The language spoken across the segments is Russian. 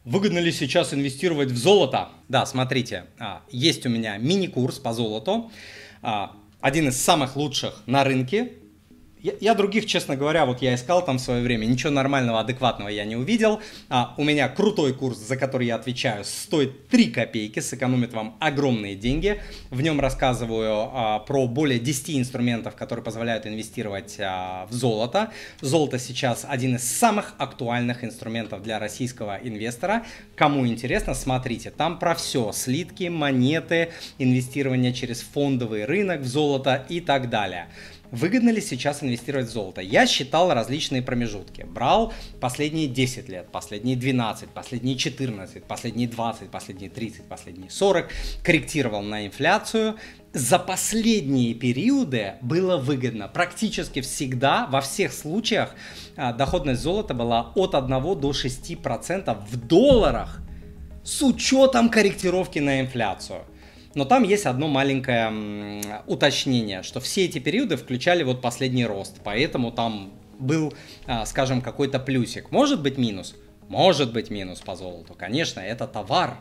Выгодно ли сейчас инвестировать в золото? Да, смотрите, есть у меня мини-курс по золоту, один из самых лучших на рынке. Я других, честно говоря, вот я искал там в свое время, ничего нормального, адекватного я не увидел. У меня крутой курс, за который я отвечаю, стоит 3 копейки, сэкономит вам огромные деньги. В нем рассказываю про более 10 инструментов, которые позволяют инвестировать в золото. Золото сейчас один из самых актуальных инструментов для российского инвестора. Кому интересно, смотрите, там про все: слитки, монеты, инвестирование через фондовый рынок в золото и так далее. Выгодно ли сейчас инвестировать в золото? Я считал различные промежутки. Брал последние 10 лет, последние 12, последние 14, последние 20, последние 30, последние 40. Корректировал на инфляцию. За последние периоды было выгодно. Практически всегда, во всех случаях, доходность золота была от 1 до 6% в долларах с учетом корректировки на инфляцию. Но там есть одно маленькое уточнение, что все эти периоды включали вот последний рост, поэтому там был, скажем, какой-то плюсик. Может быть минус? Может быть минус по золоту. Конечно, это товар.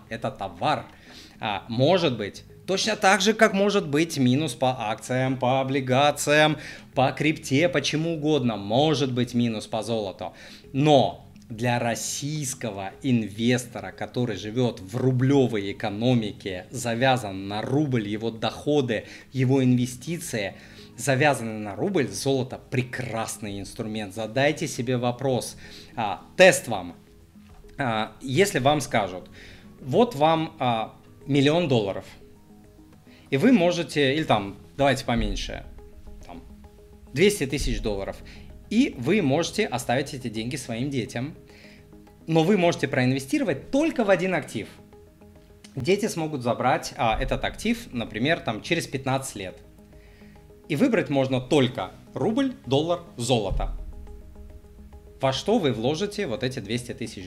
Может быть. Точно так же, как может быть минус по акциям, по облигациям, по крипте, по чему угодно. Может быть минус по золоту. Но для российского инвестора, который живет в рублевой экономике, завязан на рубль, его доходы, его инвестиции завязаны на рубль, золото прекрасный инструмент. Задайте себе вопрос. Тест вам. Если вам скажут, вот вам $1 миллион, и вы можете, или там, давайте поменьше, там, $200 тысяч, и вы можете оставить эти деньги своим детям, но вы можете проинвестировать только в один актив. Дети смогут забрать этот актив, например, там, через 15 лет. И выбрать можно только рубль, доллар, золото. Во что вы вложите вот эти $200 тысяч?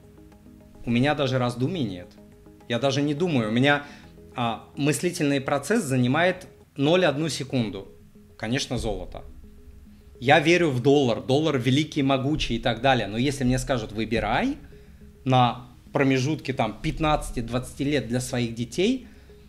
У меня даже раздумий нет. Я даже не думаю. У меня мыслительный процесс занимает 0,1 секунду. Конечно, золото. Я верю в доллар. Доллар великий, могучий и так далее. Но если мне скажут, выбирай на промежутке там 15-20 лет для своих детей,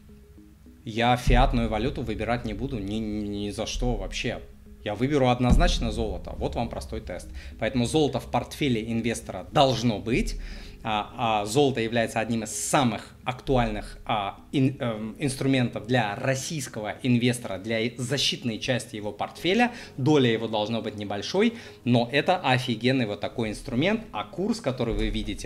я фиатную валюту выбирать не буду ни за что вообще. Я выберу однозначно золото. Вот вам простой тест. Поэтому золото в портфеле инвестора должно быть. Золото является одним из самых актуальных инструментов для российского инвестора, для защитной части его портфеля. Доля его должна быть небольшой, но это офигенный вот такой инструмент. А курс, который вы видите,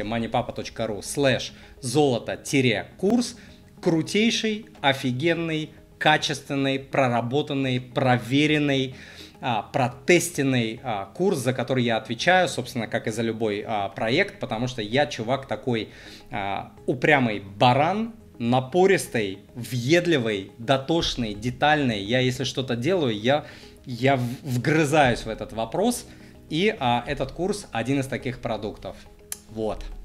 moneypapa.ru/золото-курс, крутейший, офигенный, качественный, проработанный, проверенный, протестенный курс, за который я отвечаю, собственно, как и за любой проект, потому что я чувак такой упрямый баран, напористый, въедливый, дотошный, детальный. Я, если что-то делаю, я вгрызаюсь в этот вопрос, и этот курс один из таких продуктов. Вот.